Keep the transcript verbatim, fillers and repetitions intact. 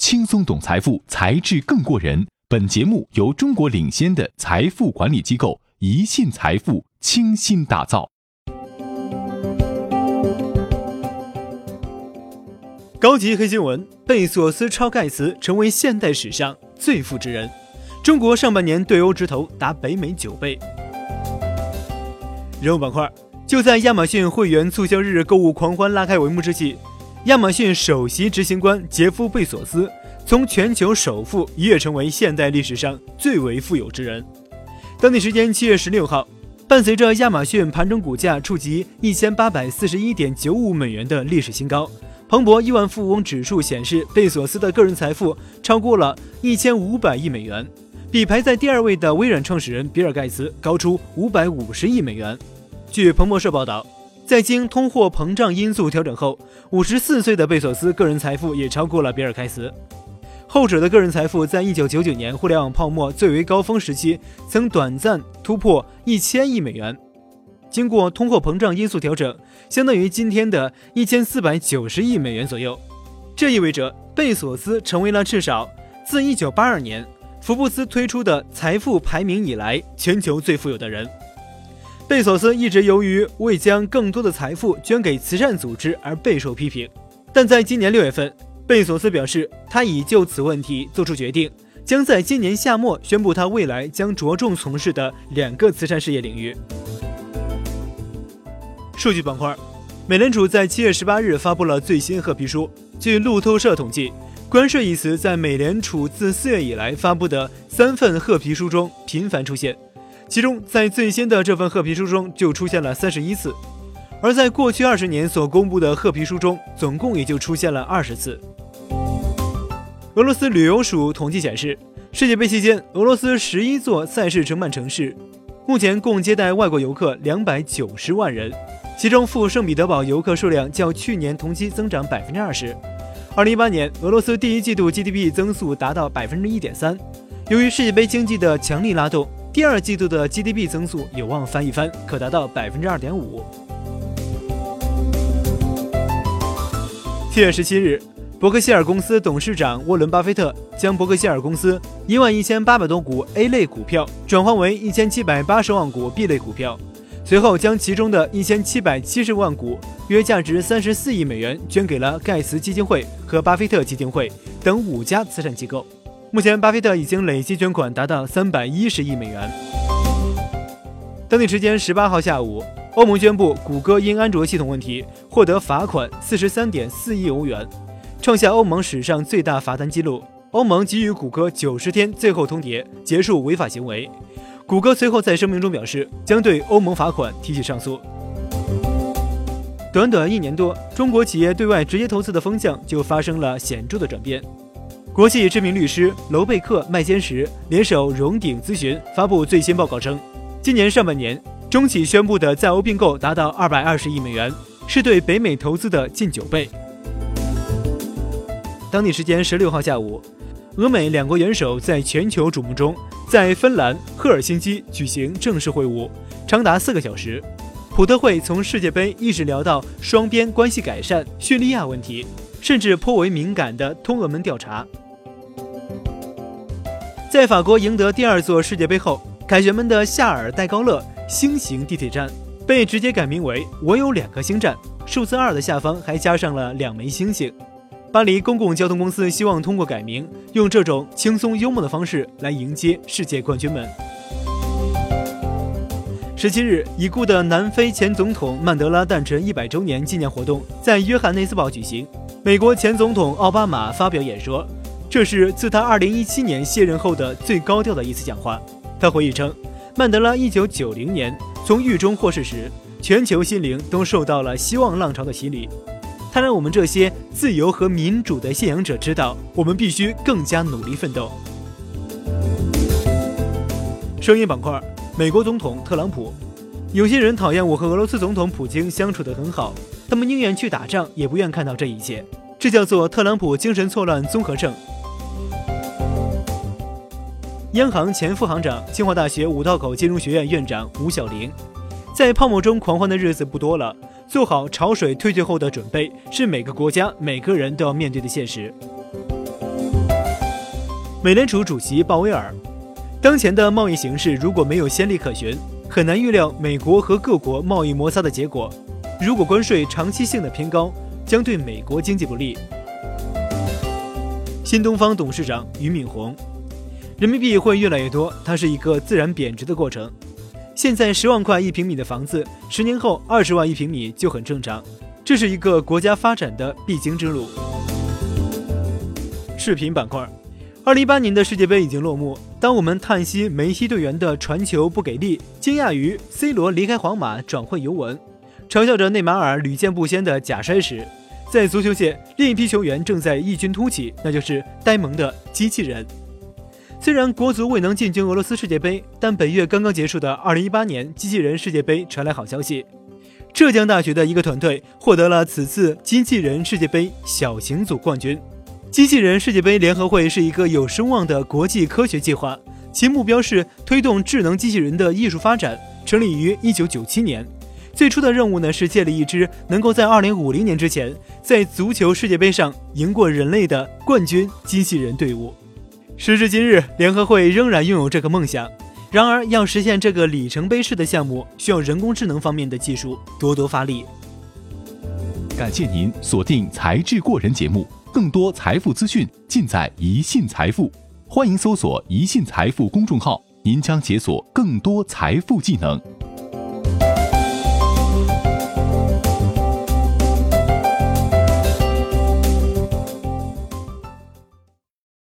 轻松懂财富，才智更过人。本节目由中国领先的财富管理机构宜信财富倾心打造。 高级黑新闻：贝索斯超盖茨成为现代史上最富之人。中国上半年对欧直投达北美九倍。人物板块：就在亚马逊会员促销日购物狂欢拉开帷幕之际，亚马逊首席执行官杰夫·贝索斯从全球首富一跃成为现代历史上最为富有之人。当地时间七月十六号，伴随着亚马逊盘中股价触及一千八百四十一点九五美元的历史新高，彭博亿万富翁指数显示，贝索斯的个人财富超过了一千五百亿美元，比排在第二位的微软创始人比尔·盖茨高出五百五十亿美元。据彭博社报道，在经通货膨胀因素调整后，五十四岁的贝索斯个人财富也超过了比尔·盖茨。后者的个人财富在一九九九年互联网泡沫最为高峰时期曾短暂突破一千亿美元，经过通货膨胀因素调整，相当于今天的一千四百九十亿美元左右。这意味着贝索斯成为了至少自一九八二年福布斯推出的财富排名以来全球最富有的人。贝索斯一直由于未将更多的财富捐给慈善组织而备受批评，但在今年六月份，贝索斯表示他已就此问题做出决定，将在今年夏末宣布他未来将着重从事的两个慈善事业领域。数据板块：美联储在七月十八日发布了最新褐皮书。据路透社统计，关税一词在美联储自四月以来发布的三份褐皮书中频繁出现，其中在最新的这份褐皮书中就出现了三十一次，而在过去二十年所公布的褐皮书中总共也就出现了二十次。俄罗斯旅游署统计显示，世界杯期间，俄罗斯十一座赛事承办城市目前共接待外国游客两百九十万人，其中赴圣彼得堡游客数量较去年同期增长百分之二十。二零一八年，俄罗斯第一季度 G D P 增速达到百分之一点三，由于世界杯经济的强力拉动，第二季度的 G D P 增速有望翻一番，可达到百分之二点五。七月十七日，伯克希尔公司董事长沃伦·巴菲特将伯克希尔公司一万一千八百多股 A 类股票转换为一千七百八十万股 B 类股票，随后将其中的一千七百七十万股，约价值三十四亿美元，捐给了盖茨基金会和巴菲特基金会等五家慈善机构。目前，巴菲特已经累计捐款达到三百一十亿美元。当地时间十八号下午，欧盟宣布谷歌因安卓系统问题获得罚款四十三点四亿欧元，创下欧盟史上最大罚单记录。欧盟给予谷歌九十天最后通牒，结束违法行为。谷歌随后在声明中表示，将对欧盟罚款提起上诉。短短一年多，中国企业对外直接投资的风向就发生了显著的转变。国际知名律师楼贝克、麦坚实联手荣鼎咨询发布最新报告称，今年上半年中企宣布的在欧并购达到二百二十亿美元，是对北美投资的近九倍。当地时间十六号下午，俄美两国元首在全球瞩目中在芬兰赫尔辛基举行正式会晤，长达四个小时。普特会从世界杯一直聊到双边关系改善、叙利亚问题，甚至颇为敏感的通俄门调查。在法国赢得第二座世界杯后，凯旋门的夏尔戴高乐星型地铁站被直接改名为我有两个星站，数字二的下方还加上了两枚星星。巴黎公共交通公司希望通过改名，用这种轻松幽默的方式来迎接世界冠军们。十七日，已故的南非前总统曼德拉诞辰一百周年纪念活动在约翰内斯堡举行。美国前总统奥巴马发表演说，这是自他二零一七年卸任后的最高调的一次讲话。他回忆称，曼德拉一九九零年从狱中获释时，全球心灵都受到了希望浪潮的洗礼。他让我们这些自由和民主的信仰者知道，我们必须更加努力奋斗。声音板块，美国总统特朗普。有些人讨厌我和俄罗斯总统普京相处得很好，他们宁愿去打仗，也不愿看到这一切。这叫做特朗普精神错乱综合症。央行前副行长、清华大学五道口金融学院院长吴晓玲，在泡沫中狂欢的日子不多了，做好潮水退却后的准备，是每个国家每个人都要面对的现实。 美联储主席鲍威尔。当前的贸易形势如果没有先例可循，很难预料美国和各国贸易摩擦的结果。如果关税长期性的偏高，将对美国经济不利。新东方董事长俞敏洪，人民币会越来越多，它是一个自然贬值的过程。现在十万块一平米的房子，十年后二十万一平米就很正常，这是一个国家发展的必经之路。视频板块，二零一八年的世界杯已经落幕。当我们叹息梅西队员的传球不给力，惊讶于 C 罗离开皇马转会尤文，嘲笑着内马尔屡见不鲜的假摔时，在足球界另一批球员正在异军突起，那就是呆萌的机器人。虽然国足未能进军俄罗斯世界杯，但本月刚刚结束的二零一八年机器人世界杯传来好消息，浙江大学的一个团队获得了此次机器人世界杯小型组冠军。机器人世界杯联合会是一个有声望的国际科学计划，其目标是推动智能机器人的艺术发展，成立于一九九七年。最初的任务呢是建立一支能够在二零五零年之前在足球世界杯上赢过人类的冠军机器人队伍。时至今日，联合会仍然拥有这个梦想。然而，要实现这个里程碑式的项目，需要人工智能方面的技术多多发力。 感谢您锁定才智过人节目，更多财富资讯尽在宜信财富。欢迎搜索宜信财富公众号，您将解锁更多财富技能。